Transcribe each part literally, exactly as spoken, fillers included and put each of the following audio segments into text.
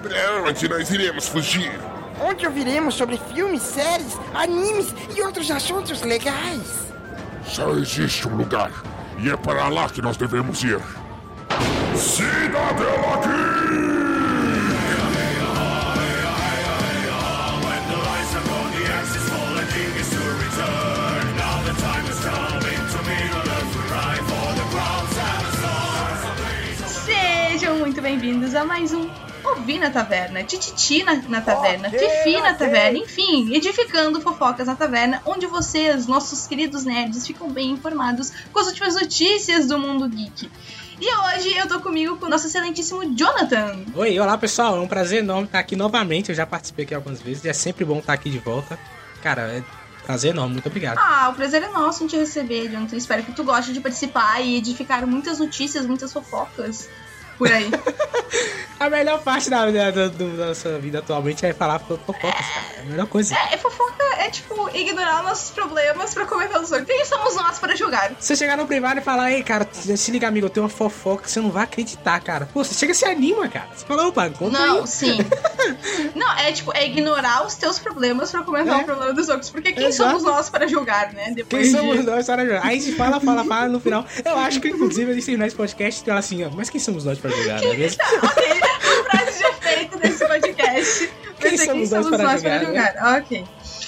Pra onde nós iremos fugir? Onde ouviremos sobre filmes, séries, animes e outros assuntos legais. Só existe um lugar, e é para lá que nós devemos ir. Cidadela Geek! Sejam muito bem-vindos a mais um Ouvi na Taverna, Tititi na, na Taverna, okay, Fifi na okay. Taverna, enfim, edificando fofocas na taverna, onde vocês, nossos queridos nerds, ficam bem informados com as últimas notícias do mundo geek. E hoje eu tô comigo com o nosso excelentíssimo Jonathan. Oi, olá pessoal, é um prazer enorme estar aqui novamente, eu já participei aqui algumas vezes e é sempre bom estar aqui de volta. Cara, é prazer enorme, muito obrigado. Ah, o prazer é nosso em te receber, Jonathan, espero que tu goste de participar e edificar muitas notícias, muitas fofocas por aí. A melhor parte da, da, da, da nossa vida atualmente é falar fofocas, cara. É a melhor coisa. É, é fofoca, é tipo, ignorar nossos problemas pra comentar os outros. Quem somos nós para julgar? Você chegar no privado e falar, ei, cara, se liga, amigo, eu tenho uma fofoca que você não vai acreditar, cara. Pô, você chega e se anima, cara. Você fala, opa, conta Não, aí. sim. Não, é tipo, é ignorar os teus problemas pra comentar é. o problema dos outros. Porque quem Exato. somos nós para julgar, né? Depois quem de... somos nós para julgar? Aí se fala, fala, fala no final. Eu acho que, inclusive, eles terminar esse podcast e falar assim, ó, mas quem somos nós para julgar, não é mesmo? Ok, a frase de efeito desse podcast. Quem somos, quem somos nós, para, nós julgar, para julgar? Né? Ok.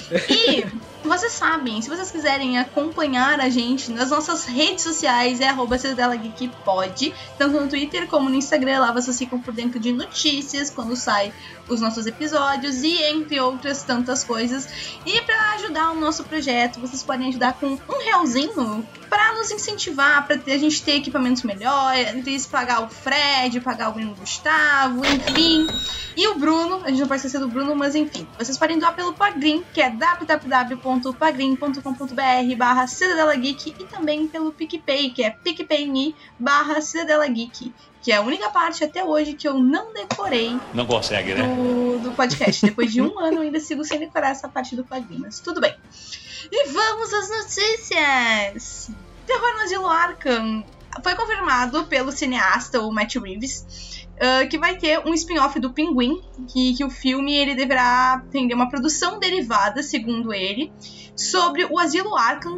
E vocês sabem, se vocês quiserem acompanhar a gente nas nossas redes sociais, é arroba Cidadela Geek Pod, tanto no Twitter como no Instagram, lá vocês ficam por dentro de notícias, quando sai os nossos episódios e entre outras tantas coisas. E para ajudar o nosso projeto, vocês podem ajudar com um realzinho para nos incentivar, para a gente ter equipamentos melhores, pagar o Fred, pagar o Bruno Gustavo, enfim. E o Bruno, a gente não pode esquecer do Bruno, mas enfim, vocês podem doar pelo Padrim, que é w w w ponto padrim ponto com ponto b r barra Cidadela Geek, e também pelo PicPay, que é picpay.me barra Cidadela Geek, que é a única parte até hoje que eu não decorei. Não consegue, né? Do, do podcast. Depois de um ano eu ainda sigo sem decorar essa parte do Padrim, mas tudo bem. E vamos às notícias! Terror no Asilo Arkham foi confirmado pelo cineasta, o Matt Reeves, uh, que vai ter um spin-off do Pinguim, que, que o filme ele deverá ter uma produção derivada, segundo ele, sobre o Asilo Arkham.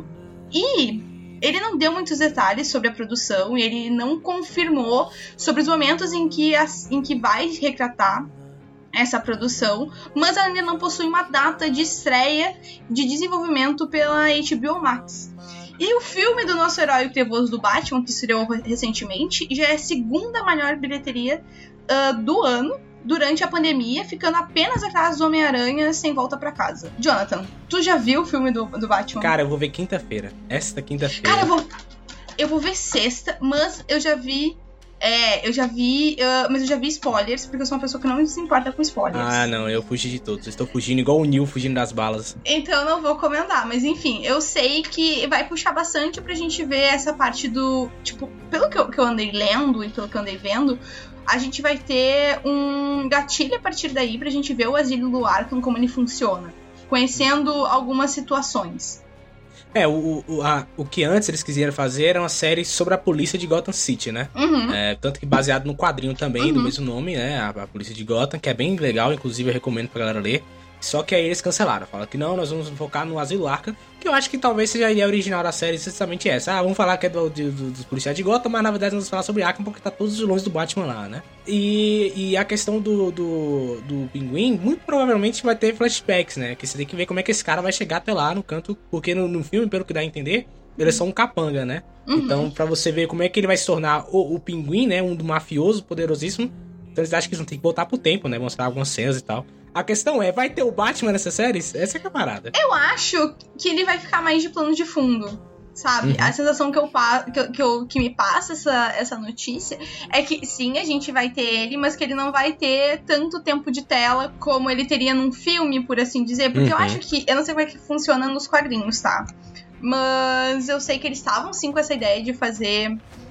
E ele não deu muitos detalhes sobre a produção, e ele não confirmou sobre os momentos em que, as, em que vai retratar essa produção, mas ainda não possui uma data de estreia de desenvolvimento pela H B O Max. E o filme do nosso herói trevoso do Batman, que estreou recentemente, já é a segunda maior bilheteria uh, do ano durante a pandemia, ficando apenas atrás do Homem-Aranha Sem Volta Pra Casa. Jonathan, tu já viu o filme do, do Batman? Cara, eu vou ver quinta-feira. Esta quinta-feira. Cara, eu vou, eu vou ver sexta, mas eu já vi... É, eu já vi, uh, mas eu já vi spoilers, porque eu sou uma pessoa que não se importa com spoilers. Ah, não, eu fugi de todos. Eu estou fugindo igual o Neo fugindo das balas. Então eu não vou comentar, mas enfim, eu sei que vai puxar bastante pra gente ver essa parte do... Tipo, pelo que eu, que eu andei lendo e pelo que eu andei vendo, a gente vai ter um gatilho a partir daí pra gente ver o Asilo do Arkham, como ele funciona, conhecendo algumas situações. É, o, o, a, o que antes eles quiseram fazer era uma série sobre a polícia de Gotham City, né? Uhum. É, tanto que baseado no quadrinho também, uhum. do mesmo nome, né? A, a polícia de Gotham, que é bem legal, inclusive eu recomendo pra galera ler. Só que aí eles cancelaram. Falaram que não, nós vamos focar no Asilo Arkham, que eu acho que talvez seja a ideia original da série, exatamente essa. Ah, vamos falar que é do, do, do, dos policiais de Gotham, mas na verdade nós vamos falar sobre Arkham porque tá todos os vilões do Batman lá, né? E, e a questão do, do, do Pinguim, muito provavelmente vai ter flashbacks, né? Que você tem que ver como é que esse cara vai chegar até lá no canto, porque no, no filme, pelo que dá a entender, ele é só um capanga, né? Uhum. Então, pra você ver como é que ele vai se tornar o, o Pinguim, né? Um do mafioso poderosíssimo. Então eles acham que eles vão ter que voltar pro tempo, né? Mostrar algumas cenas e tal. A questão é, vai ter o Batman nessa série? Essa é que é a parada. Eu acho que ele vai ficar mais de plano de fundo, sabe? Uhum. A sensação que, eu, que, eu, que, eu, que me passa essa, essa notícia é que, sim, a gente vai ter ele, mas que ele não vai ter tanto tempo de tela como ele teria num filme, por assim dizer. Porque uhum. eu acho que... Eu não sei como é que funciona nos quadrinhos, tá? Mas eu sei que eles estavam, sim, com essa ideia de fazer...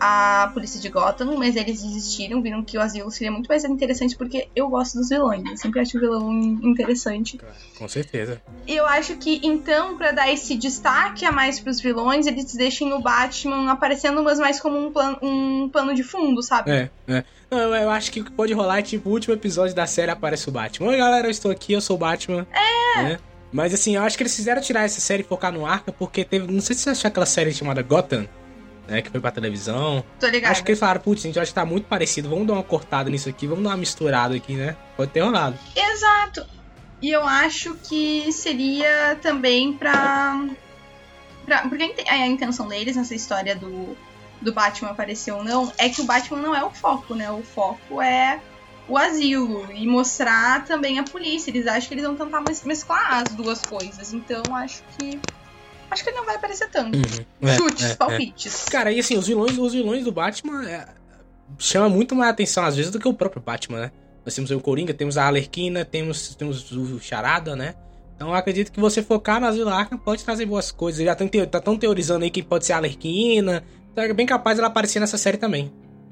a polícia de Gotham, mas eles desistiram, viram que o asilo seria muito mais interessante porque eu gosto dos vilões. Eu sempre acho o vilão interessante. Com certeza. E eu acho que, então, pra dar esse destaque a mais pros vilões, eles deixem o Batman aparecendo, mas mais como um, plan- um pano de fundo, sabe? É, é. Não, eu, eu acho que o que pode rolar é, tipo, o último episódio da série aparece o Batman. Oi, galera, eu estou aqui, eu sou o Batman. É. Né? Mas, assim, eu acho que eles fizeram tirar essa série e focar no Arkham, porque teve... Não sei se você achou aquela série chamada Gotham, né, que foi pra televisão. Tô ligado. Acho que eles falaram, putz, gente, eu acho que tá muito parecido, vamos dar uma cortada nisso aqui, vamos dar uma misturada aqui, né? Pode ter rolado. Exato. E eu acho que seria também pra... pra porque a intenção deles nessa história do, do Batman aparecer ou não, é que o Batman não é o foco, né? O foco é o asilo e mostrar também a polícia. Eles acham que eles vão tentar mesclar as duas coisas. Então, acho que... Acho que ele não vai aparecer tanto. Uhum. É, Chutes, é, palpites. É. Cara, e assim, os vilões, os vilões do Batman é, chama muito mais atenção às vezes do que o próprio Batman, né? Nós temos o Coringa, temos a Arlequina, temos, temos o Charada, né? Então eu acredito que você focar no Asilo Arkham pode trazer boas coisas. Já estão te, tá tão teorizando aí que pode ser a Arlequina. Então é bem capaz dela aparecer nessa série também.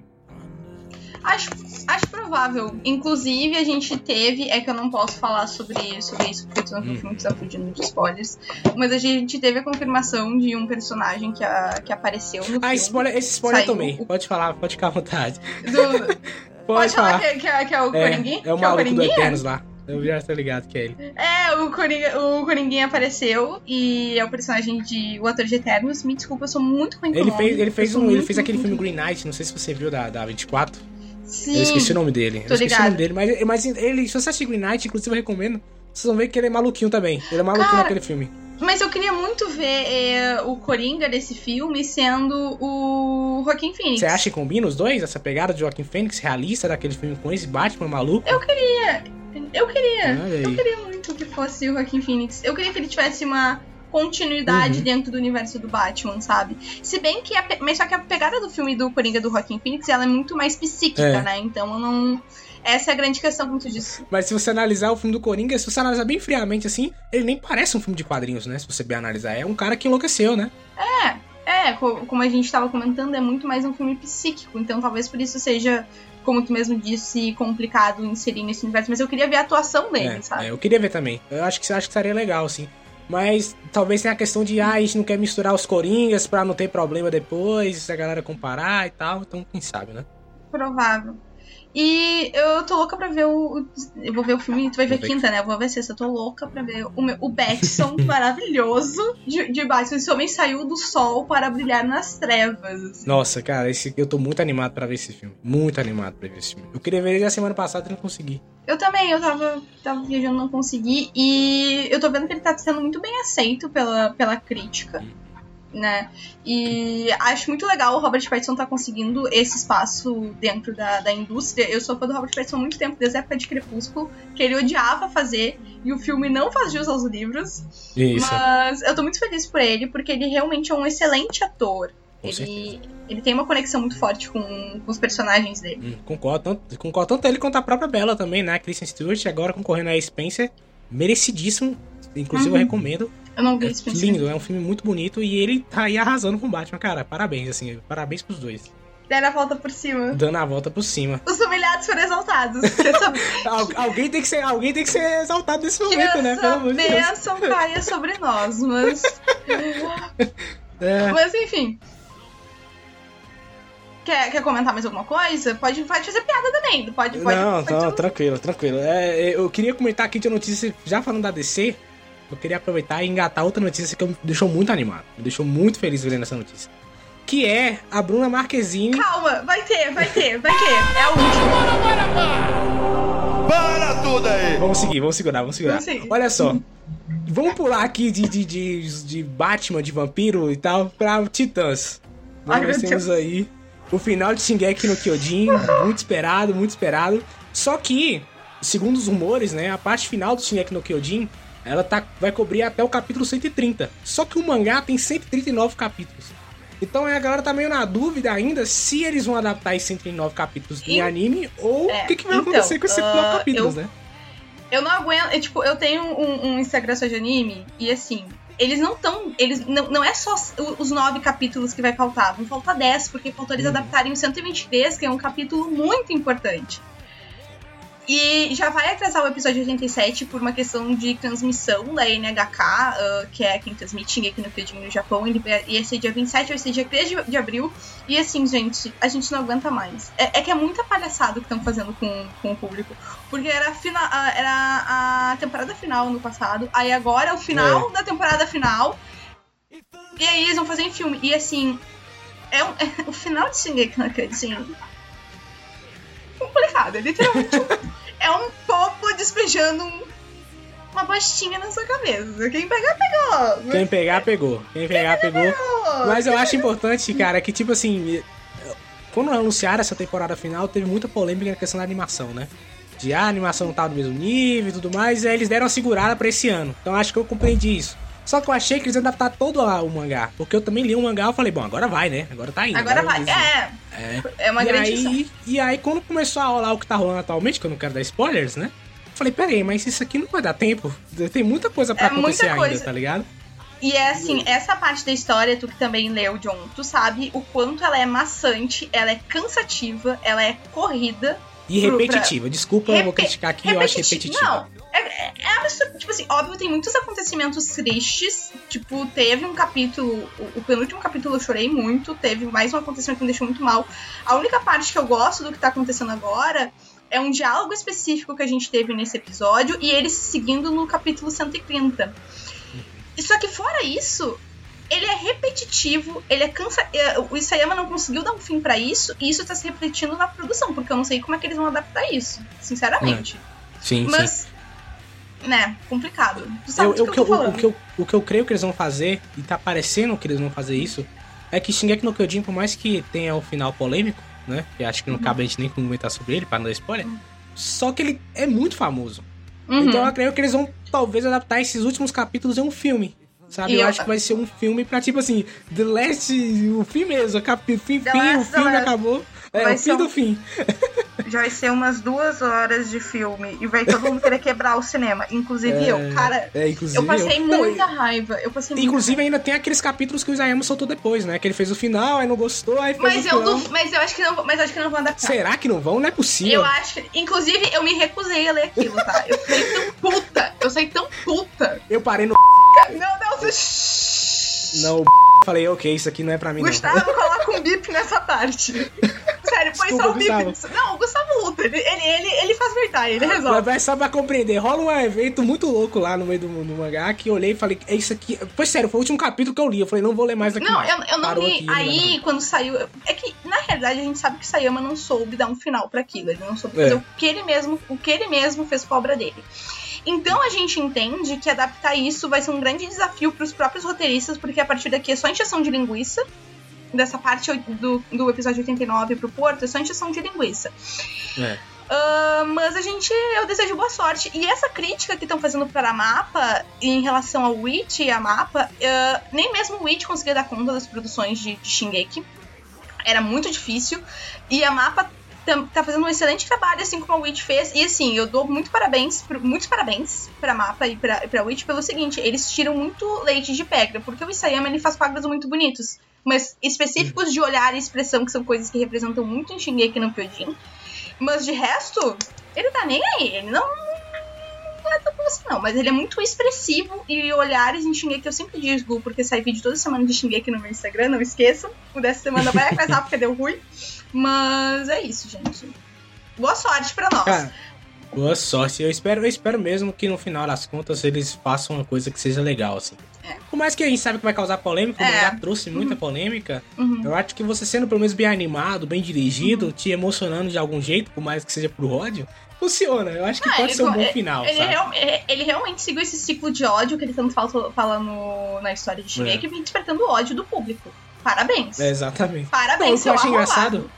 Acho, acho provável. Inclusive, a gente teve... É que eu não posso falar sobre, sobre isso, porque senão hum. o filme está fugindo de spoilers. Mas a gente teve a confirmação de um personagem que, a, que apareceu no ah, filme. Spoiler, esse spoiler eu tomei. O... Pode falar, pode ficar à vontade. Do... pode, pode falar, falar que, que, é, que é o é, Coringuinha? É o maluco é o do Eternos lá. Eu já tô ligado que é ele. É, o, Coringa, o Coringuinha apareceu e é o personagem de... O ator de Eternos. Me desculpa, eu sou muito ruim com ele o fez, nome. Ele fez, um, muito, ele fez muito, aquele muito. filme Green Knight, não sei se você viu, da, da vinte e quatro. Sim. Eu esqueci o nome dele. Tô eu esqueci ligado. o nome dele, mas, mas ele, se você assistir Green Knight, inclusive eu recomendo, vocês vão ver que ele é maluquinho também. Ele é maluquinho Cara, naquele filme. Mas eu queria muito ver é, o Coringa desse filme sendo o Joaquin Phoenix. Você acha que combina os dois? Essa pegada de Joaquin Phoenix realista daquele filme com esse Batman maluco? Eu queria. Eu queria. Ah, eu queria muito que fosse o Joaquin Phoenix. Eu queria que ele tivesse uma continuidade uhum. dentro do universo do Batman, sabe? Se bem que a, mas só que a pegada do filme do Coringa do Joaquin Phoenix, ela é muito mais psíquica, é. né? Então eu não... Essa é a grande questão, como tu disse. Mas se você analisar o filme do Coringa, se você analisar bem friamente assim, ele nem parece um filme de quadrinhos, né? Se você bem analisar. É um cara que enlouqueceu, né? É, é. Como a gente tava comentando, é muito mais um filme psíquico. Então talvez por isso seja, como tu mesmo disse, complicado inserir nesse universo. Mas eu queria ver a atuação dele, é, sabe? É, eu queria ver também. Eu acho que, acho que seria legal, assim. Mas talvez tenha a questão de, ah, a gente não quer misturar os Coringas pra não ter problema depois, se a galera comparar e tal. Então, quem sabe, né? Provável. E eu tô louca pra ver o... Eu vou ver o filme, tu vai ver quinta, né? Eu vou ver sexta. Eu tô louca pra ver o, meu, o Batson maravilhoso de, de Batman. Esse homem saiu do sol para brilhar nas trevas. Nossa, cara, esse, eu tô muito animado pra ver esse filme. Muito animado pra ver esse filme. Eu queria ver ele a semana passada e não consegui. Eu também, eu tava, tava viajando, não consegui. E eu tô vendo que ele tá sendo muito bem aceito pela, pela crítica. Hum. Né? E acho muito legal o Robert Pattinson tá conseguindo esse espaço dentro da, da indústria. Eu sou fã do Robert Pattinson há muito tempo, desde a época de Crepúsculo, que ele odiava fazer, e o filme não faz jus aos livros. Isso. Mas eu tô muito feliz por ele, porque ele realmente é um excelente ator. Com ele, ele tem uma conexão muito forte com, com os personagens dele. Hum, concordo, tanto, concordo tanto ele quanto a própria Bella também, né? A Kristen Stewart, agora concorrendo a Spencer, merecidíssimo. Inclusive uhum. eu recomendo. Eu não vi é esse filme. Lindo, é um filme muito bonito e ele tá aí arrasando com o Batman, cara. Parabéns, assim, parabéns pros dois. Dando a volta por cima. Dando a volta por cima. Os humilhados foram exaltados. Al- alguém, tem que ser, alguém tem que ser exaltado nesse momento, que né? Pelo amor de Deus. bênção caia sobre nós, mas... é. Mas enfim. Quer, quer comentar mais alguma coisa? Pode, pode fazer piada também. Pode, pode, não, pode não, ser... tranquilo, tranquilo. É, eu queria comentar aqui de notícia, já falando da D C, eu queria aproveitar e engatar outra notícia que me deixou muito animado. Me deixou muito feliz vendo essa notícia. Que é a Bruna Marquezine... Calma, vai ter, vai ter, vai ter. É a última. Para, para, para! Para tudo aí! Vamos seguir, vamos segurar, vamos segurar. Vamos seguir. Olha só. Vamos pular aqui de, de, de, de Batman, de vampiro e tal, pra Titãs. Ai, Nós temos aí o final de Shingeki no Kyojin, muito esperado, muito esperado. Só que, segundo os rumores, né, a parte final do Shingeki no Kyojin, ela tá, vai cobrir até o capítulo cento e trinta. Só que o mangá tem cento e trinta e nove capítulos. Então a galera tá meio na dúvida ainda se eles vão adaptar esses cento e trinta e nove capítulos em anime ou o é, que, que vai então, acontecer com esses cento e trinta e nove uh, capítulos, eu, né? Eu não aguento... Eu, tipo, eu tenho um, um Instagram só de anime e, assim, eles não estão... Eles não, não é só os nove capítulos que vai faltar, vão faltar dez, porque faltou eles uhum. adaptarem o cento e vinte e três, que é um capítulo muito importante. E já vai atrasar o episódio oitenta e sete por uma questão de transmissão da N H K, uh, que é quem transmite aqui no Kyojin no Japão. Ele ia ser dia vinte e sete, vai ser dia três de abril. E assim, gente, a gente não aguenta mais. É, é que é muita palhaçada o que estão fazendo com, com o público. Porque era a, fina, era a temporada final no passado, aí agora é o final é. da temporada final. E aí eles vão fazer em filme. E assim, é, um, é o final de Shingeki no Kyojin. Complicado, é literalmente um, é um popo despejando um, uma bostinha na sua cabeça. Quem pegar, pegou. Quem pegar, pegou. Quem pegar, Quem pegou. pegou. Mas eu acho importante, cara, que tipo assim, quando anunciaram essa temporada final, teve muita polêmica na questão da animação, né? De ah, a animação não tava no mesmo nível e tudo mais, e aí eles deram uma segurada pra esse ano. Então acho que eu compreendi isso. Só que eu achei que eles iam adaptar todo o mangá. Porque eu também li um mangá e falei, bom, agora vai, né? Agora tá indo. Agora, agora vai, é. é. É uma e grande aí, E aí, quando começou a rolar o que tá rolando atualmente, que eu não quero dar spoilers, né? Eu falei, peraí, mas isso aqui não vai dar tempo. Tem muita coisa pra é acontecer ainda, coisa. Tá ligado? E é assim, essa parte da história, tu que também leu, John, tu sabe o quanto ela é maçante, ela é cansativa, ela é corrida. E repetitiva. Pra... Desculpa, Repe... eu vou criticar aqui, Repeti... eu acho repetitiva. Não, é, é, é absurdo. Tipo assim, óbvio, tem muitos acontecimentos tristes. Tipo, teve um capítulo, o, o penúltimo capítulo eu chorei muito, teve mais um acontecimento que me deixou muito mal. A única parte que eu gosto do que tá acontecendo agora é um diálogo específico que a gente teve nesse episódio e eles seguindo no capítulo cento e trinta. Só que fora isso, ele é repetitivo, ele é cansa... O Isayama não conseguiu dar um fim pra isso, e isso tá se repetindo na produção, porque eu não sei como é que eles vão adaptar isso, sinceramente. É. Sim, Mas, sim. né, complicado. Tu sabe eu, do eu, que eu tô eu, falando. O que, eu, o que eu creio que eles vão fazer, e tá parecendo que eles vão fazer isso, é que Shingeki no Kyojin, por mais que tenha um final polêmico, né, que acho que não uhum. cabe a gente nem comentar sobre ele, pra não dar spoiler, uhum. só que ele é muito famoso. Uhum. Então eu creio que eles vão talvez adaptar esses últimos capítulos em um filme. Sabe? Eu, eu acho que vai ser um filme pra, tipo assim, The Last... O fim mesmo, o fim, fim, fim o filme acabou. É, vai o fim um... do fim. Já vai ser umas duas horas de filme e vai todo mundo querer quebrar o cinema. Inclusive é, eu, cara. É, inclusive eu passei eu. muita não, raiva. Eu passei inclusive muita ainda tem aqueles capítulos que o Isayama soltou depois, né? Que ele fez o final, aí não gostou, aí fez mas o eu final. Do, mas eu acho que não, mas eu acho que não vão adaptar. Será que não vão? Não é possível. Eu acho que, inclusive, eu me recusei a ler aquilo, tá? Eu saí tão puta. Eu saí tão puta. Eu parei no... Não, não, você... Não, falei, ok, isso aqui não é pra mim, Gustavo, não. Gustavo, coloca um bip nessa parte. Sério, põe só o bip. Não, o Gustavo luta, ele, ele, ele, ele faz verdade, ele resolve. Mas só pra compreender, rola um evento muito louco lá no meio do, do mangá, que eu olhei e falei, é isso aqui... Foi sério, foi o último capítulo que eu li, eu falei, não vou ler mais daqui Não, mais. eu, eu não Parou li, aqui, aí não quando saiu... É que, na realidade, a gente sabe que o Isayama não soube dar um final pra aquilo, ele não soube fazer é. o, que ele mesmo, o que ele mesmo fez com a obra dele. Então a gente entende que adaptar isso vai ser um grande desafio para os próprios roteiristas, porque a partir daqui é só encheção de linguiça. Dessa parte do, do episódio oitenta e nove pro Porto, é só encheção de linguiça. É. Uh, mas a gente, eu desejo boa sorte. E essa crítica que estão fazendo para a Mappa em relação ao Witch e a Mappa, uh, nem mesmo o Witch conseguia dar conta das produções de, de Shingeki. Era muito difícil. E a Mappa tá fazendo um excelente trabalho, assim como a Witch fez. E assim, eu dou muito parabéns, muitos parabéns pra Mappa e pra, pra Witch pelo seguinte, eles tiram muito leite de pedra, porque o Isayama, ele faz quadros muito bonitos, mas específicos de olhar e expressão, que são coisas que representam muito em Shingeki no Kyojin. Mas de resto, ele tá nem aí, ele não... não é tão assim não, mas ele é muito expressivo, e olhares em Shingeki, eu sempre digo, porque sai vídeo toda semana de Shingeki no meu Instagram, não esqueçam, o dessa semana vai atrasar porque deu ruim. Mas é isso, gente. Boa sorte pra nós. Cara, boa sorte. Eu espero, eu espero mesmo que no final das contas eles façam uma coisa que seja legal, assim. É. Por mais que a gente sabe que vai causar polêmica, o é. mangá trouxe muita uhum. polêmica, uhum. eu acho que você sendo pelo menos bem animado, bem dirigido, uhum. te emocionando de algum jeito, por mais que seja pro ódio, funciona. Eu acho que ah, pode ele, ser um bom ele, final, ele, sabe? Real, ele realmente seguiu esse ciclo de ódio que ele tanto fala, fala no, na história de Shingeki, é. despertando o ódio do público. Parabéns. É, exatamente. Parabéns, seu arrombado. O que eu acho arrombado. engraçado...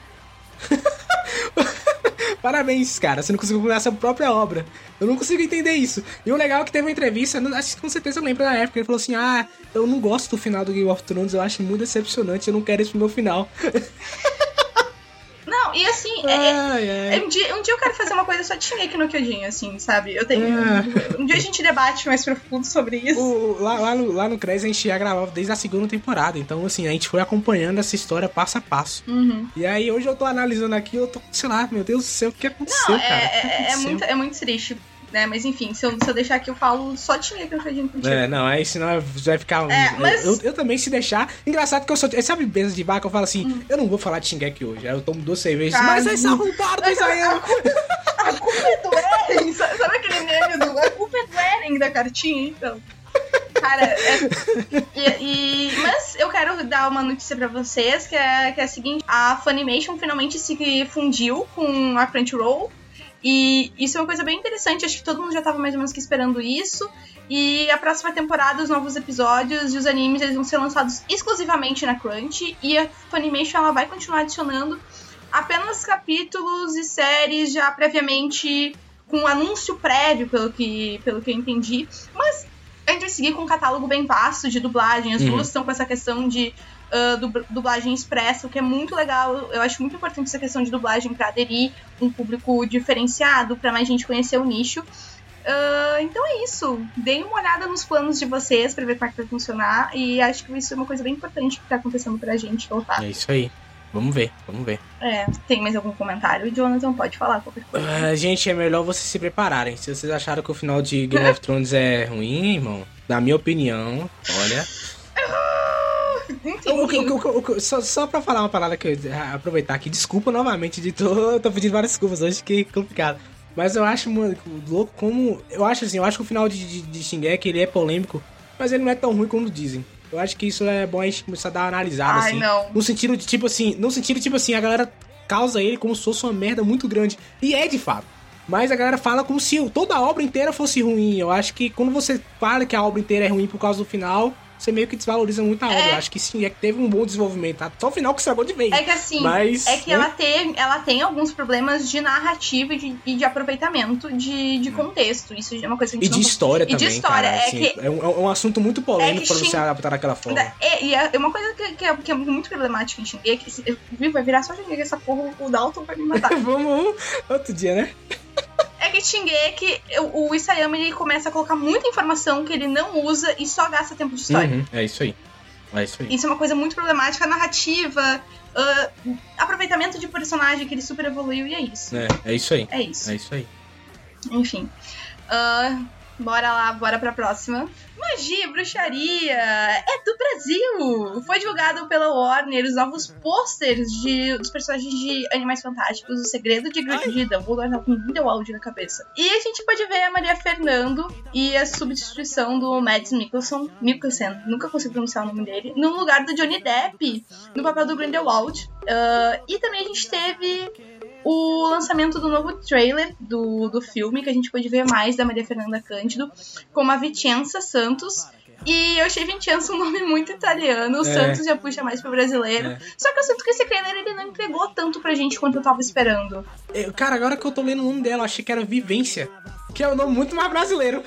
Parabéns, cara, você não conseguiu concluir sua própria obra. Eu não consigo entender isso. E o legal é que teve uma entrevista, acho que com certeza eu lembro da época, ele falou assim, ah, eu não gosto do final do Game of Thrones, eu acho muito decepcionante, eu não quero isso pro meu final. Não, Não, e assim, é, Ai, ai. é, um, dia, um dia eu quero fazer uma coisa só de Shingeki no Kyojin, assim, sabe? Eu tenho. É. Um dia a gente debate mais profundo sobre isso. O- lá, lá no, lá no Cres a gente já gravava desde a segunda temporada, então assim, a gente foi acompanhando essa história passo a passo. Uhum. E aí hoje eu tô analisando aqui, eu tô, sei lá, meu Deus do céu, o que aconteceu, Não, é, cara? O que é, é, aconteceu? muito, é muito triste, né? Mas enfim, se eu, se eu deixar aqui, eu falo só de Shingeki no Kyojin contigo. É, não, aí senão vai ficar. É, mas- eu, eu, eu também, se deixar. Engraçado que eu sou. Sabe, mesa de bar que eu falo assim: Hum. eu não vou falar de Shingeki hoje. Aí eu tomo duas cervejas. Cara, Mas aí se arrombaram do Israel. A culpa é do Eren, sabe sabe aquele meme do a culpa é do Eren da cartinha? Então, cara, é, e, e- mas eu quero dar uma notícia pra vocês, que é, que é a seguinte, a Funimation finalmente se fundiu com a Crunchyroll, e isso é uma coisa bem interessante, acho que todo mundo já tava mais ou menos que esperando isso, e a próxima temporada, os novos episódios e os animes, eles vão ser lançados exclusivamente na Crunch, e a Funimation, ela vai continuar adicionando apenas capítulos e séries já previamente com um anúncio prévio, pelo que, pelo que eu entendi. Mas a gente vai seguir com um catálogo bem vasto de dublagem. As Uhum. duas estão com essa questão de uh, dub- dublagem expressa, o que é muito legal. Eu acho muito importante essa questão de dublagem para aderir um público diferenciado, para mais gente conhecer o nicho. Uh, então é isso. Deem uma olhada nos planos de vocês para ver como é que vai funcionar. E acho que isso é uma coisa bem importante que tá acontecendo pra gente voltar. É isso aí. Vamos ver, vamos ver. É, tem mais algum comentário? O Jonathan pode falar qualquer coisa. Ah, gente, é melhor vocês se prepararem. Se vocês acharam que o final de Game of Thrones é ruim, irmão, na minha opinião, olha. Enfim, O que- o que- o que- o que- só, só pra falar uma parada que eu ah, aproveitar aqui, desculpa novamente, editor. Tô pedindo várias desculpas hoje, que complicado. Mas eu acho, mano, louco como. Eu acho assim, eu acho que o final de, de, de Shingeki ele é polêmico, mas ele não é tão ruim como dizem. Eu acho que isso é bom a gente começar a dar uma analisada, Ai, assim. não. No sentido de, tipo assim, no sentido, tipo assim, a galera causa ele como se fosse uma merda muito grande. E é de fato. Mas a galera fala como se toda a obra inteira fosse ruim. Eu acho que quando você fala que a obra inteira é ruim por causa do final, você meio que desvaloriza muito a obra. É. Eu acho que sim, é que teve um bom desenvolvimento, tá? Só o final que estragou de vez. É que assim, Mas, é que né? ela, tem, ela tem alguns problemas de narrativa e de, e de aproveitamento de, de contexto. Isso é uma coisa que a E gente de não... história E de também, história, cara. é assim, que- é, um, é um assunto muito polêmico é que pra você Shin- adaptar daquela forma. É, e é uma coisa que, que, é, que é muito problemática em Shingeki. se- Eu vi, vai virar só Shingeki, essa porra, o Dalton vai me matar. Vamos outro dia, né? É que Shingeki, o, o Isayama, ele começa a colocar muita informação que ele não usa e só gasta tempo de história. Uhum, é isso aí. É isso aí. Isso é uma coisa muito problemática, a narrativa, ah, aproveitamento de personagem que ele super evoluiu, e é isso. É, é isso aí. É isso. É isso aí. Enfim. Ah, bora lá, bora pra próxima. Magia e Bruxaria é do Brasil! Foi divulgado pela Warner os novos posters de, dos personagens de Animais Fantásticos, O Segredo de, de Dumbledore, tá com Grindelwald na cabeça. E a gente pode ver a Maria Fernando e a substituição do Mads Mikkelsen, Mikkelsen, nunca consigo pronunciar o nome dele, no lugar do Johnny Depp, no papel do Grindelwald. Ah, e também a gente teve o lançamento do novo trailer do, do filme, que a gente pôde ver mais da Maria Fernanda Cândido, com a Vicenza Santos. E eu achei Vicenza um nome muito italiano, o É. Santos já puxa mais pro brasileiro. É. Só que eu sinto que esse trailer ele não entregou tanto pra gente quanto eu tava esperando. Eu- cara, agora que eu tô lendo o nome dela, eu achei que era Vivência. Que é um nome muito mais brasileiro.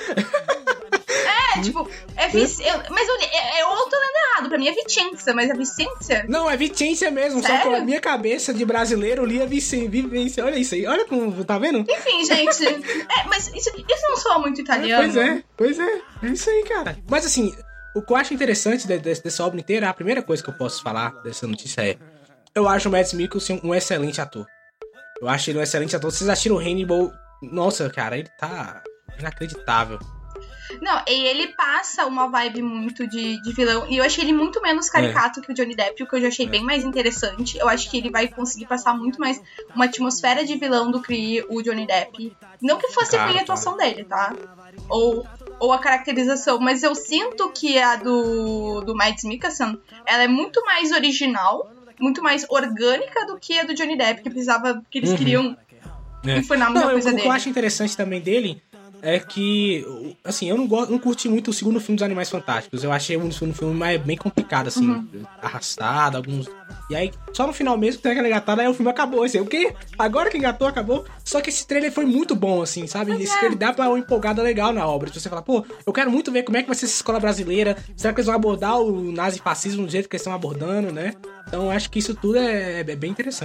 É, tipo, é Vic... eu, mas eu, eu, eu tô lendo errado, pra mim é Vicenza, mas é Vicência? Não, é Vicência mesmo. Só Sério? que a minha cabeça de brasileiro eu lia Vicen- Vivência. Olha isso aí. Olha como, tá vendo? Enfim, gente, é, mas isso, isso não soa muito italiano. Pois é, pois é. É isso aí, cara. Mas assim, o que eu acho interessante de- de- dessa obra inteira, a primeira coisa que eu posso falar dessa notícia é: eu acho o Mads Mikkelsen um excelente ator. Eu acho ele um excelente ator. Vocês assistiram o Hannibal? Nossa, cara, ele tá inacreditável. Não, e ele passa uma vibe muito de, de vilão. E eu achei ele muito menos caricato que o Johnny Depp, o que eu já achei É. bem mais interessante. Eu acho que ele vai conseguir passar muito mais uma atmosfera de vilão do que o Johnny Depp. Não que fosse Claro, ruim a atuação dele, tá? Ou, ou a caracterização, mas eu sinto que a do, do Mads Mikkelsen, ela é muito mais original, muito mais orgânica do que a do Johnny Depp, que precisava, que eles Uhum. queriam É. enfornar muita Não, eu- coisa o que dele. eu acho interessante também dele é que, assim, eu não, gosto, não curti muito o segundo filme dos Animais Fantásticos. Eu achei o segundo filme mais, bem complicado, assim, Uhum. arrastado, alguns... E aí, só no final mesmo, tem aquela engatada, aí o filme acabou. Assim, o quê? Agora que engatou, acabou. Só que esse trailer foi muito bom, assim, sabe? Pois Esse é. trailer dá pra uma empolgada legal na obra. Se você falar, pô, eu quero muito ver como é que vai ser essa escola brasileira. Será que eles vão abordar o nazifascismo do jeito que eles estão abordando, né? Então, eu acho que isso tudo é, é bem interessante.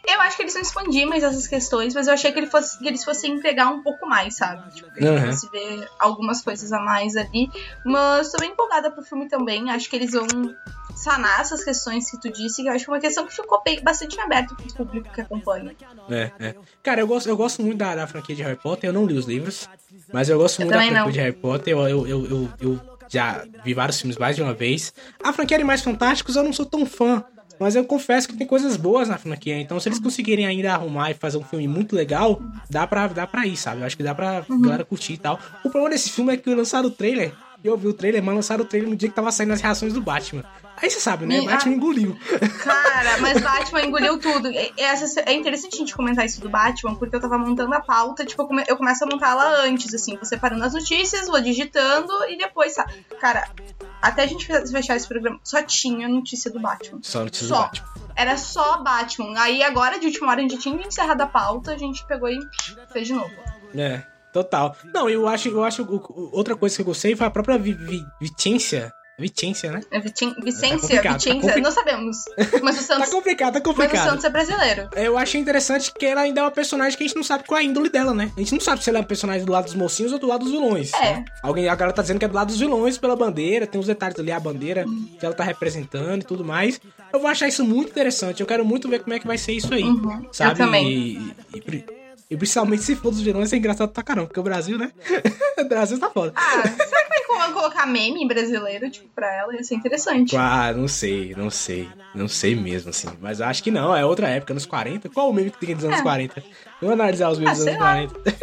Eu acho que eles vão expandir mais essas questões, mas eu achei que, ele fosse, que eles fossem entregar um pouco mais, sabe? Tipo, que a gente Uhum. fosse ver algumas coisas a mais ali. Mas tô bem empolgada pro filme também. Acho que eles vão sanar essas questões que tu disse, que eu acho que é uma questão que ficou bem, bastante aberta pro público que acompanha. É, é. Cara, eu gosto, eu gosto muito da, da franquia de Harry Potter, eu não li os livros, mas eu gosto Eu muito da também franquia não. de Harry Potter, eu, eu, eu, eu, eu já vi vários filmes mais de uma vez. A franquia Animais Fantásticos eu não sou tão fã, mas eu confesso que tem coisas boas na franquia, então se eles conseguirem ainda arrumar e fazer um filme muito legal, dá pra, dá pra ir, sabe? Eu acho que dá pra Uhum. galera curtir e tal. O problema desse filme é que lançaram o trailer, eu vi o trailer, mas lançaram o trailer no dia que tava saindo as reações do Batman. Aí você sabe, né? Me- Batman ah. engoliu. Cara, mas Batman engoliu tudo. E- essa- É interessante a gente comentar isso do Batman, porque eu tava montando a pauta, tipo, eu come- eu começo a montar ela antes, assim, vou separando as notícias, vou digitando e depois, sabe? Cara, até a gente fechar esse programa, só tinha notícia do Batman. Só notícias Só. do Batman. Era só Batman. Aí agora, de última hora, a gente tinha encerrado a pauta, a gente pegou e fez de novo. É, total. Não, eu acho, eu acho o- o- outra coisa que eu gostei foi a própria Vi- Vi- Vicência. Vicência, né? É Vicen- Tá Vicência, complicado, tá Vicência, compli- não sabemos. Mas o Tá Santos, complicado, tá mas o complicado. Santos é brasileiro. Eu achei interessante que ela ainda é uma personagem que a gente não sabe qual é a índole dela, né? A gente não sabe se ela é um personagem do lado dos mocinhos ou do lado dos vilões. É. Né? Alguém, a galera tá dizendo que é do lado dos vilões pela bandeira, tem uns detalhes ali, a bandeira que ela tá representando e tudo mais. Eu vou achar isso muito interessante, eu quero muito ver como é que vai ser isso aí. Uhum, sabe? eu também. E, e, e, e principalmente se for dos vilões, é engraçado pra caramba, porque o Brasil, né? O Brasil tá foda. Ah, será que vai co- colocar meme brasileiro, tipo, pra ela? Ia ser interessante. Ah, não sei, não sei. Não sei mesmo, assim. Mas acho que não, é outra época, anos quarenta. Qual o meme que tem dos anos É. quarenta? Vamos analisar os memes Ah, dos anos sei lá. quarenta.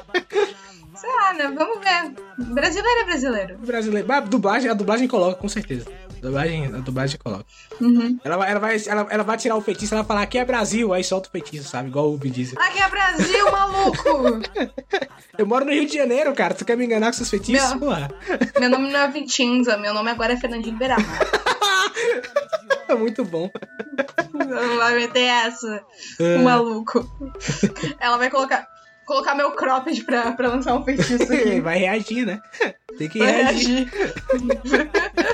Sei lá, né? Vamos ver. Brasileiro é brasileiro. Brasileiro. Mas a dublagem, a dublagem coloca, com certeza. A dublagem, a dublagem coloca. Uhum. Ela, vai- ela, vai, ela, ela vai tirar o feitiço, ela vai falar aqui é Brasil, aí solta o feitiço, sabe? Igual o Vin Diesel. Aqui é Brasil, maluco! Eu moro no Rio de Janeiro, cara. Tu quer me enganar com seus feitiços? Meu. Porra. Meu nome não é Vitinza, meu nome agora é Fernandinho Beraba. É muito bom. Não vai meter essa, É. o maluco. Ela vai colocar, colocar meu cropped pra, pra lançar um feitiço aqui. Vai reagir, né? Tem que Vai reagir. reagir.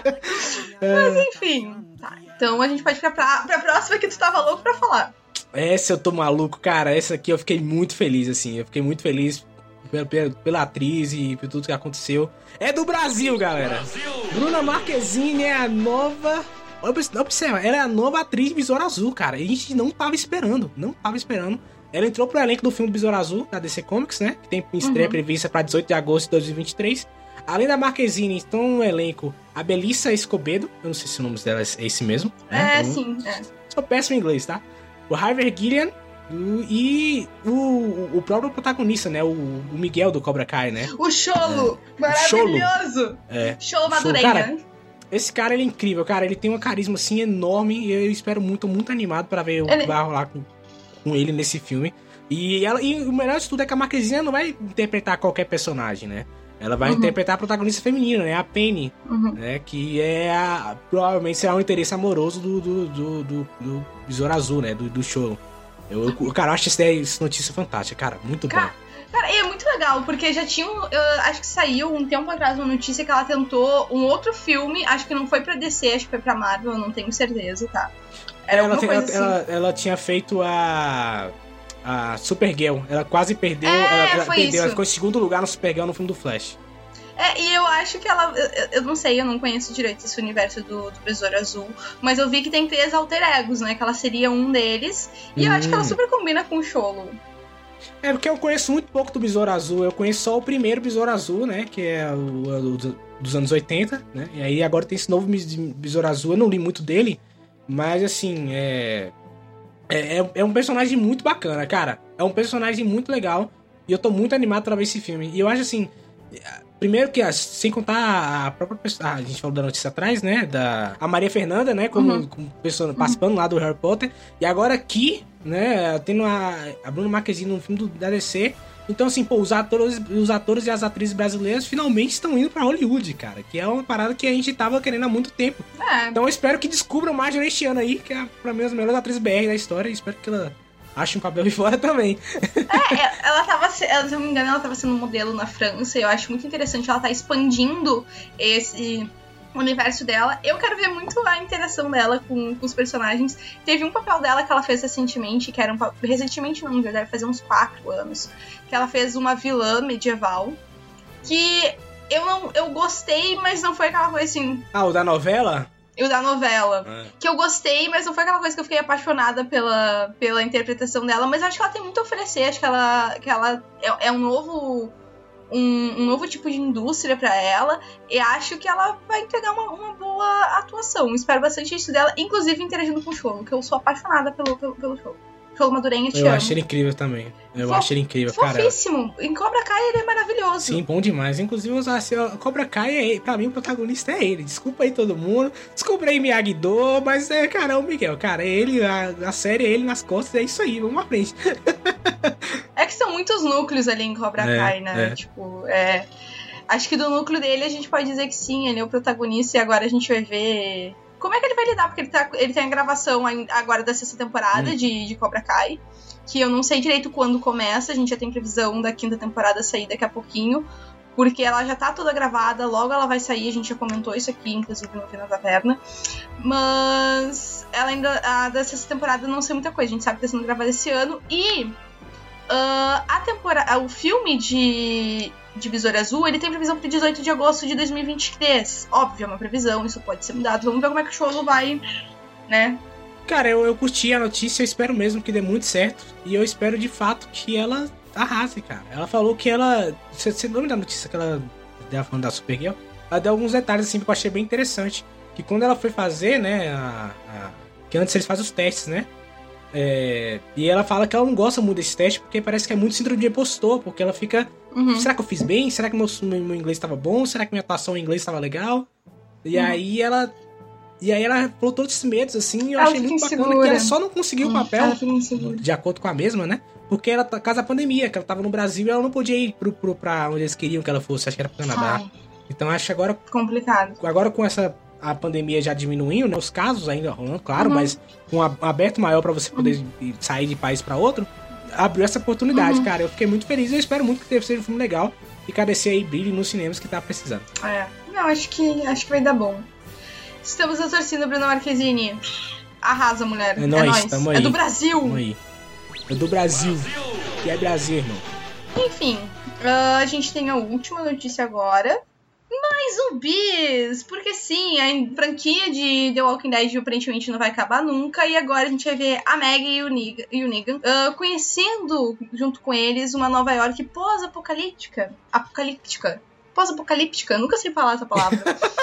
Mas enfim. Tá, então a gente pode ficar pra, pra próxima que tu tava louco pra falar. Essa eu tô maluco, cara. Essa aqui eu fiquei muito feliz, assim. Eu fiquei muito feliz pela, pela, pela atriz e por tudo que aconteceu. É do Brasil, galera. Bruna Marquezine é a nova... Observa, ela é a nova atriz de Besouro Azul, cara. E a gente não tava esperando, não tava esperando. Ela entrou pro elenco do filme do Besouro Azul, da D C Comics, né? Que tem estreia Uhum. prevista pra dezoito de agosto de dois mil e vinte e três. Além da Marquezine, estão no elenco a Belissa Escobedo. Eu não sei se o nome dela é esse mesmo. né? É, Eu- sim. É. Sou péssimo em inglês, tá? O Harvey Gillian o- e o, o próprio protagonista, né? O, o Miguel do Cobra Kai, né? O Cholo! Maravilhoso! É. Cholo Show. Madureira. Cara, esse cara, ele é incrível, cara. Ele tem uma carisma, assim, enorme. E eu espero muito, tô muito animado pra ver o Ele- que vai rolar com, com ele nesse filme. E, ela, e o melhor de tudo é que a Marquezine não vai interpretar qualquer personagem, né? Ela vai Uhum. interpretar a protagonista feminina, né? A Penny, Uhum. né? Que é a, provavelmente será um interesse amoroso do, do, do, do, do Besouro Azul, né? Do, do show. Eu, eu, cara, eu acho essa, ideia- essa notícia fantástica, cara. Muito bom. Cara, Cara, e é muito legal, porque já tinha, um- eu acho que saiu um tempo atrás uma notícia que ela tentou um outro filme, acho que não foi pra D C, acho que foi pra Marvel, eu não tenho certeza, tá? Era ela, alguma tem- coisa ela, assim. ela, ela tinha feito a. A Supergirl. Ela quase perdeu. É, ela ela foi perdeu. isso. Ela ficou em segundo lugar no Supergirl no filme do Flash. É, e eu acho que ela. Eu, eu não sei, eu não conheço direito esse universo do, do Besouro Azul, mas eu vi que tem três alter egos, né? Que ela seria um deles. E eu acho que ela Hum. super combina com o Cholo. É porque eu conheço muito pouco do Besouro Azul. Eu conheço só o primeiro Besouro Azul, né? Que é o, o do- dos anos oitenta, né? E aí agora tem esse novo Bis- Besouro Azul. Eu não li muito dele, mas assim, é. É, é- é um personagem muito bacana, cara. É um personagem muito legal. E eu tô muito animado pra ver esse filme. E eu acho assim. Primeiro que, ah, sem contar a própria pessoa. Ah, a gente falou da notícia atrás, né? Da a Maria Fernanda, né? Como, Uhum. como pessoa participando lá do Harry Potter. E agora aqui, né? Tendo a, a Bruna Marquezine no filme do, da D C. Então, assim, pô, os atores, os atores e as atrizes brasileiras finalmente estão indo pra Hollywood, cara. Que é uma parada que a gente tava querendo há muito tempo. É, Então eu espero que descubram mais neste ano aí, que é pra mim as melhores atrizes B R da história. E espero que ela ache um papel de fora também. é, ela tava, se ela- se eu não me engano, ela tava sendo modelo na França. E eu acho muito interessante ela tá expandindo esse, o universo dela. Eu quero ver muito a interação dela com, com os personagens. Teve um papel dela que ela fez recentemente, que era um papel... Recentemente não, já deve fazer uns quatro anos. Que ela fez uma vilã medieval. Que eu não... Eu gostei, mas não foi aquela coisa assim... Ah, o da novela? O da novela. É. Que eu gostei, mas não foi aquela coisa que eu fiquei apaixonada pela, pela interpretação dela. Mas eu acho que ela tem muito a oferecer. Acho que ela, que ela é, é um novo... Um, um novo tipo de indústria pra ela, e acho que ela vai entregar uma, uma boa atuação. Espero bastante isso dela, inclusive interagindo com o Cholo, que eu sou apaixonada pelo, pelo, pelo Cholo. Cholo Madureira, te Eu amo. acho ele incrível também. Eu Fof, acho ele incrível, cara. Fofíssimo. Em Cobra Kai ele é maravilhoso. Sim, bom demais. Inclusive, assim, ó, Cobra Kai, é ele. Pra mim, o protagonista é ele. Desculpa aí todo mundo. Desculpa aí Miyagi-Do, mas é, cara, é o Miguel. Cara, é ele, a, a série é ele nas costas, é isso aí, vamos à frente. É que são muitos núcleos ali em Cobra É, Kai, né? é. Tipo, é... Acho que do núcleo dele a gente pode dizer que sim, ele é o protagonista, e agora a gente vai ver... Como é que ele vai lidar? Porque ele, tá, ele tem a gravação agora da sexta temporada hum. de, de Cobra Kai, que eu não sei direito quando começa, a gente já tem previsão da quinta temporada sair daqui a pouquinho, porque ela já tá toda gravada, logo ela vai sair, a gente já comentou isso aqui, inclusive no Fim da Taverna, mas ela ainda, a da sexta temporada não sei muita coisa, a gente sabe que tá sendo gravada esse ano, e uh, a temporada, o filme de, de Besouro Azul, ele tem previsão para dezoito de agosto de dois mil e vinte e três, óbvio, é uma previsão, isso pode ser mudado, vamos ver como é que o show vai, né? Cara, eu, eu curti a notícia, eu espero mesmo que dê muito certo. E eu espero de fato que ela arrase, cara. Ela falou que ela... Você, você lembra da notícia que ela deu falando da Supergirl? Ela deu alguns detalhes assim que eu achei bem interessante. Que quando ela foi fazer, né, a, a, que antes eles fazem os testes, né? É, e ela fala que ela não gosta muito desse teste porque parece que é muito síndrome de impostor, porque ela fica... Uhum. Será que eu fiz bem? Será que meu, meu inglês estava bom? Será que minha atuação em inglês estava legal? E uhum. aí ela... E aí ela falou todos esses medos, assim, e eu ela achei muito bacana insegura. que ela só não conseguiu o papel, ela de acordo com a mesma, né? Porque ela, por causa da pandemia, que ela tava no Brasil e ela não podia ir pro, pro, pra onde eles queriam que ela fosse, acho que era pro Canadá. Ai. Então acho que agora... Complicado. Agora com essa... A pandemia já diminuindo, né? Os casos ainda rolando, claro, Uhum. mas com um aberto maior pra você poder uhum. sair de país pra outro, abriu essa oportunidade, uhum. cara. Eu fiquei muito feliz e eu espero muito que seja um filme legal e que a D C aí brilhe nos cinemas que tá precisando. É. Não, acho que, acho que vai dar bom. Estamos na torcida, Bruno Marquezine. Arrasa, mulher. É nóis, é nóis. tamo aí. É do Brasil. Tamo aí. É do Brasil. Que é Brasil, irmão. Enfim, uh, a gente tem a última notícia agora. Mais zumbis! Porque sim, a franquia de The Walking Dead aparentemente não vai acabar nunca. E agora a gente vai ver a Maggie e o Negan, e o Negan uh, conhecendo, junto com eles, uma Nova York pós-apocalíptica. Apocalíptica. Pós-apocalíptica, nunca sei falar essa palavra.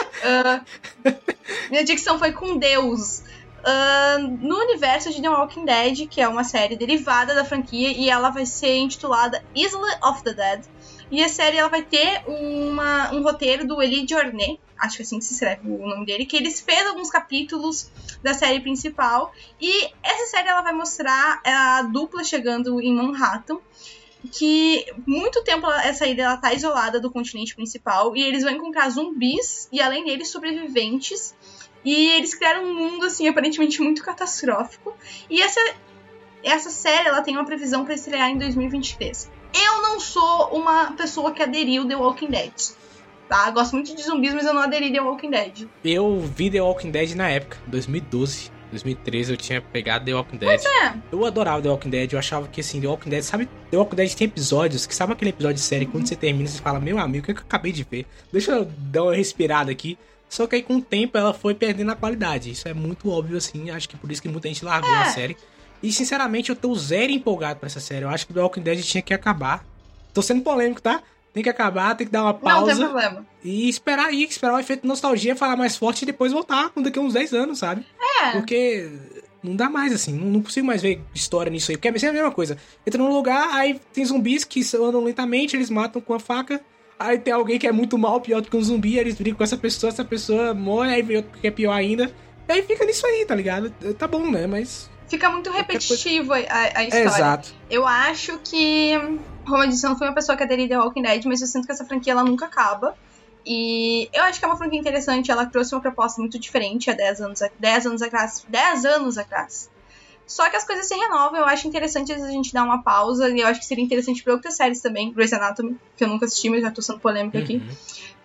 uh, minha dicção foi com Deus. Uh, no universo de The Walking Dead, que é uma série derivada da franquia, e ela vai ser intitulada Isla of the Dead. E a série ela vai ter uma, um roteiro do Elie Journet, acho que assim que se escreve o nome dele, que eles fez alguns capítulos da série principal. E essa série ela vai mostrar a dupla chegando em Manhattan, que muito tempo essa ilha ela tá isolada do continente principal, e eles vão encontrar zumbis e além deles sobreviventes, e eles criaram um mundo assim aparentemente muito catastrófico, e essa, essa série ela tem uma previsão para estrear em dois mil e vinte e três. Eu não sou uma pessoa que aderiu The Walking Dead, tá? Gosto muito de zumbis, mas eu não aderi The Walking Dead. Eu vi The Walking Dead na época, dois mil e doze dois mil e treze eu tinha pegado The Walking Dead. Pois é. Eu adorava The Walking Dead, eu achava que assim, The Walking Dead, sabe, The Walking Dead tem episódios, que sabe aquele episódio de série, quando você termina, você fala, meu amigo, o que, é que eu acabei de ver? Deixa eu dar uma respirada aqui. Só que aí com o tempo ela foi perdendo a qualidade, isso é muito óbvio assim, acho que por isso que muita gente largou é. a série. E sinceramente eu tô zero empolgado pra essa série, eu acho que The Walking Dead tinha que acabar. Tô sendo polêmico, tá? Tem que acabar, tem que dar uma pausa. Não tem problema. E esperar aí, esperar o efeito de nostalgia falar mais forte e depois voltar daqui a uns dez anos, sabe? É. Porque não dá mais, assim, não consigo mais ver história nisso aí. Porque é sempre a mesma coisa. Entra num lugar, aí tem zumbis que andam lentamente, eles matam com a faca. Aí tem alguém que é muito mal, pior do que um zumbi, eles brigam com essa pessoa, essa pessoa morre, aí vem outro que é pior ainda. E aí fica nisso aí, tá ligado? Tá bom, né? Mas... Fica muito repetitivo a, a história. É, exato. Eu acho que, como eu disse, eu não fui uma pessoa que aderiu The Walking Dead, mas eu sinto que essa franquia ela nunca acaba. E eu acho que é uma franquia interessante, ela trouxe uma proposta muito diferente há dez anos, dez anos atrás. dez anos atrás. Só que as coisas se renovam, eu acho interessante a gente dar uma pausa, e eu acho que seria interessante para outras séries também, Grey's Anatomy, que eu nunca assisti, mas já tô sendo polêmica aqui. Uhum.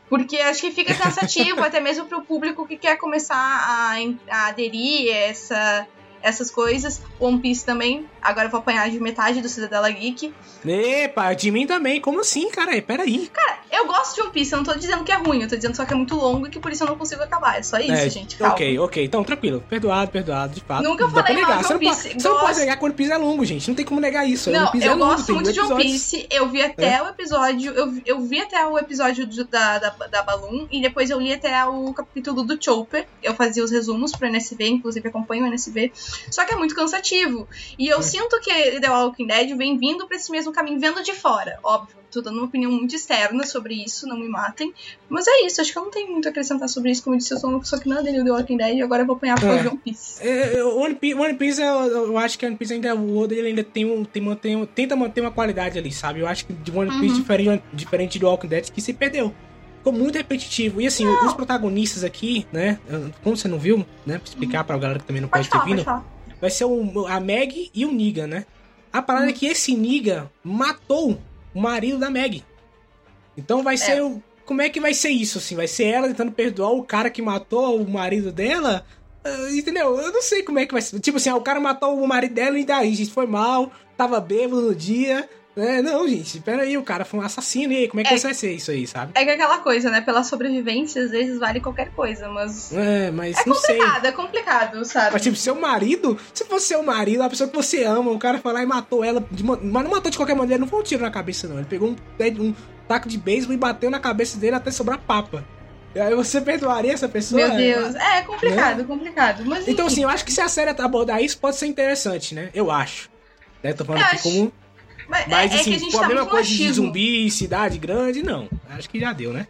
Porque acho que fica cansativo, até mesmo pro público que quer começar a, a aderir a essa, essas coisas. One Piece também. Agora eu vou apanhar de metade do Cidadela Geek. Epa, de mim também. Como assim, cara? Peraí. Cara, eu gosto de One Piece, eu não tô dizendo que é ruim, eu tô dizendo só que é muito longo e que por isso eu não consigo acabar. É só isso, é, gente. Calma. Ok, ok. Então, tranquilo. Perdoado, perdoado, de fato. Nunca falei mal de One Piece. Você não, pode, você não pode negar que One Piece é longo, gente. Não tem como negar isso. Não, One Piece eu é longo, gosto muito de One Piece. Eu vi até é. o episódio... Eu, eu vi até o episódio do, da, da, da Balloon e depois eu li até o capítulo do Chopper. Eu fazia os resumos pro N S V, inclusive acompanho o N S V. Só que é muito cansativo. E eu hum. sinto que The Walking Dead vem vindo pra esse mesmo caminho, vendo de fora. Óbvio, tô dando uma opinião muito externa sobre isso, não me matem. Mas é isso, acho que eu não tenho muito a acrescentar sobre isso. Como eu disse, eu sou uma pessoa que não aderiu The Walking Dead e agora eu vou apanhar por é. One Piece. É, One Piece, One Piece eu, eu acho que One Piece ainda, o Oda ele ainda tem um, tem, mantém, tenta manter uma qualidade ali, sabe? Eu acho que de One Piece, uhum. diferente, diferente do Walking Dead, que se perdeu. Ficou muito repetitivo. E assim, não. os protagonistas aqui, né? Como você não viu, né? Pra explicar pra galera que também não pode, pode ter vindo. Vai ser o, a Meg e o Negan, né? A parada hum. é que esse Negan matou o marido da Meg. Então vai ser... É. O, como é que vai ser isso, assim? Vai ser ela tentando perdoar o cara que matou o marido dela? Uh, entendeu? Eu não sei como é que vai ser. Tipo assim, ah, o cara matou o marido dela e daí, gente, foi mal, tava bêbado no dia... É, não, gente, pera aí, o cara foi um assassino, e aí, como é que é, vai ser isso aí, sabe? É que aquela coisa, né, pela sobrevivência, às vezes vale qualquer coisa, mas... É, mas é não sei. É complicado, é complicado, sabe? Mas, tipo, seu marido, se fosse seu marido, a pessoa que você ama, o cara foi lá e matou ela, de, mas não matou de qualquer maneira, não foi um tiro na cabeça, não. Ele pegou um, um taco de beisebol e bateu na cabeça dele até sobrar papa. E aí você perdoaria essa pessoa? Meu Deus, é, é complicado, né? complicado, mas... Então, assim, eu acho que se a série abordar isso, pode ser interessante, né? Eu acho. Né? Tô falando eu aqui acho... como... Mas, Mas é, assim, é que a gente pô, tá a mesma coisa machismo. de zumbi, cidade grande, não. Acho que já deu, né?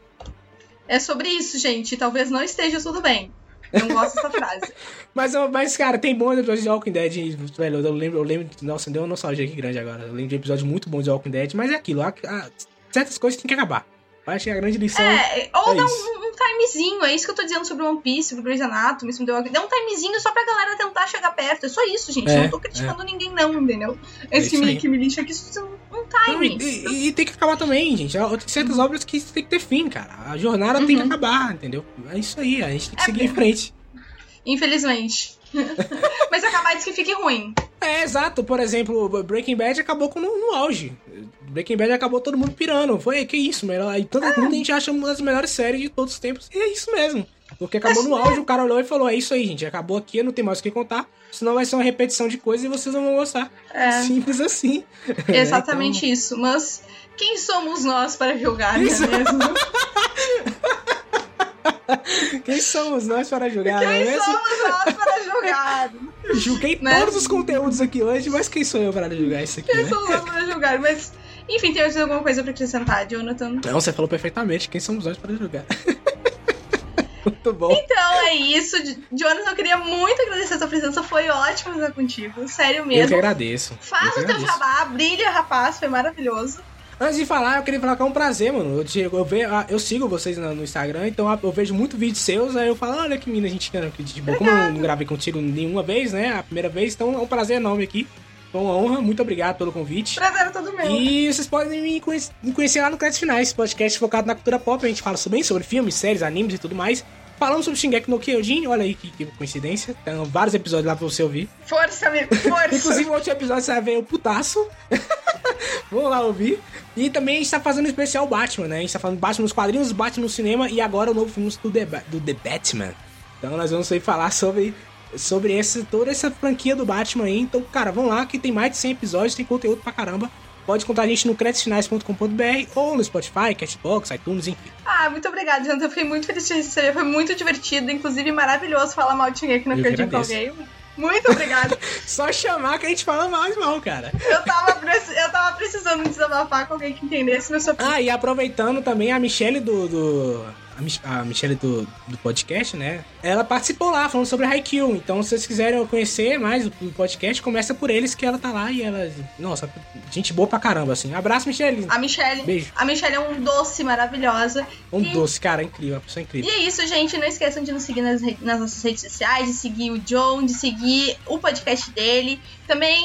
É sobre isso, gente. Talvez não esteja tudo bem. Não gosto dessa frase. mas, mas, cara, tem bons episódios de Walking Dead, velho. Eu lembro, eu lembro. Nossa, deu uma nostalgia aqui grande agora. Eu lembro de episódios muito bons de Walking Dead, mas é aquilo. A, a, certas coisas tem que acabar. Acho que a grande lição. É, ou é dá um, um timezinho, é isso que eu tô dizendo sobre One Piece, sobre Grey's Anatomy, sobre The Walking Dead. Dá um timezinho só pra galera tentar chegar perto. É só isso, gente. É, não tô criticando é. ninguém, não, entendeu? Esse é que, me, que me lixa aqui, isso é um, um time. Não, e, e, e tem que acabar também, gente. Tem certas obras que tem que ter fim, cara. A jornada uhum. tem que acabar, entendeu? É isso aí, a gente tem que é seguir bem. em frente. Infelizmente. Mas acabar diz que fique ruim. É, exato. Por exemplo, Breaking Bad acabou com, no, no auge. Breaking Bad acabou todo mundo pirando. Foi, que isso, melhor. Aí todo mundo a gente acha uma das melhores séries de todos os tempos. E é isso mesmo. Porque acabou no auge, o cara olhou e falou, é isso aí, gente. Acabou aqui, não tem mais o que contar. Senão vai ser uma repetição de coisas e vocês não vão gostar. É. Simples assim. Exatamente então... isso. Mas quem somos nós para julgar, não é mesmo? Quem somos nós para julgar, quem não é mesmo? Quem somos nós para julgar? Julguei mas... todos os conteúdos aqui hoje, mas quem sou eu para julgar isso aqui, quem né? somos nós para julgar? Mas, enfim, tem mais alguma coisa para acrescentar, Jonathan? Não, você falou perfeitamente. Quem somos nós para julgar? Muito bom. Então é isso. Jonathan, eu queria muito agradecer a sua presença. Foi ótimo estar contigo. Sério mesmo. Eu que agradeço. Faz o teu jabá, brilha, rapaz. Foi maravilhoso. Antes de falar, eu queria falar que é um prazer, mano. Eu, eu, eu, eu sigo vocês no Instagram, então eu vejo muito vídeo seus, aí eu falo, olha que menina gente que de boa. Como eu não gravei contigo nenhuma vez, né? A primeira vez, então é um prazer enorme aqui. Foi uma honra, muito obrigado pelo convite. Prazer é todo meu. E vocês podem me conhecer, me conhecer lá no Créditos Finais, podcast focado na cultura pop. A gente fala bem sobre filmes, séries, animes e tudo mais. Falamos sobre Shingeki no Kyojin, olha aí que, que coincidência. Tem vários episódios lá pra você ouvir. Força, amigo, força. Inclusive, o outro episódio você vai ver o putaço. Vou lá ouvir. E também a gente tá fazendo um especial Batman, né? A gente tá falando Batman nos quadrinhos, Batman no cinema e agora o novo filme do The, do The Batman. Então nós vamos aí falar sobre, sobre esse, toda essa franquia do Batman aí. Então, cara, vão lá que tem mais de cem episódios, tem conteúdo pra caramba. Pode contar a gente no créditos finais ponto com ponto b r ou no Spotify, Castbox, iTunes, enfim. Ah, muito obrigada, Jonathan. Eu fiquei muito feliz de te receber. Foi muito divertido, inclusive maravilhoso falar mal de Shingeki no Kyojin com alguém. Muito obrigada. Só chamar que a gente fala mais mal, cara. Eu tava, eu tava precisando desabafar com alguém que entendesse meu seu... Ah, e aproveitando também a Michelle do... do... A Michelle do, do podcast, né? Ela participou lá, falando sobre Haikyuu. Então, se vocês quiserem conhecer mais o podcast, começa por eles, que ela tá lá e ela... Nossa, gente boa pra caramba, assim. Abraço, Michelle. A Michelle. Beijo. A Michelle é um doce maravilhosa. Um e... doce, cara, incrível. Uma pessoa incrível. E é isso, gente. Não esqueçam de nos seguir nas, nas nossas redes sociais, de seguir o John, de seguir o podcast dele. Também...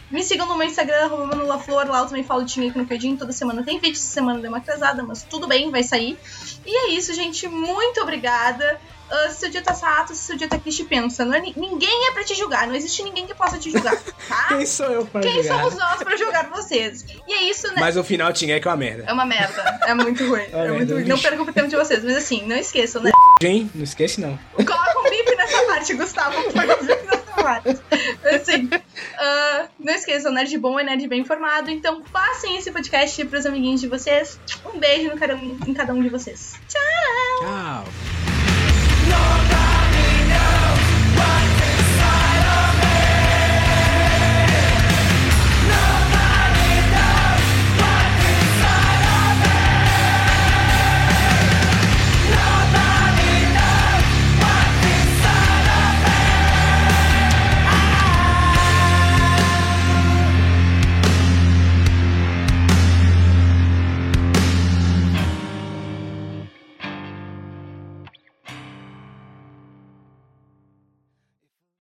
Me sigam no meu Instagram, arroba manulaflor, lá eu também falo de Shingeki no Kyojin, toda semana tem vídeo, essa semana deu uma atrasada, mas tudo bem, vai sair. E é isso, gente, muito obrigada. Uh, se seu dia tá sato, se seu dia tá triste, pensa, não é, ninguém é pra te julgar, não existe ninguém que possa te julgar, tá? Quem sou eu pra Quem julgar? somos nós pra julgar vocês? E é isso, né? Mas o final de Shingeki é uma merda. É uma merda, é muito ruim, é, É muito merda, ruim. Não bicho. percam o tempo de vocês, mas assim, não esqueçam, né? Gente, não esquece não. Coloca um bip nessa parte, Gustavo. Coloca um bip nessa parte. Assim, uh, não esqueçam, nerd bom é nerd bem informado. Então passem esse podcast pros amiguinhos de vocês. Um beijo no cada um, em cada um de vocês. Tchau! Tchau.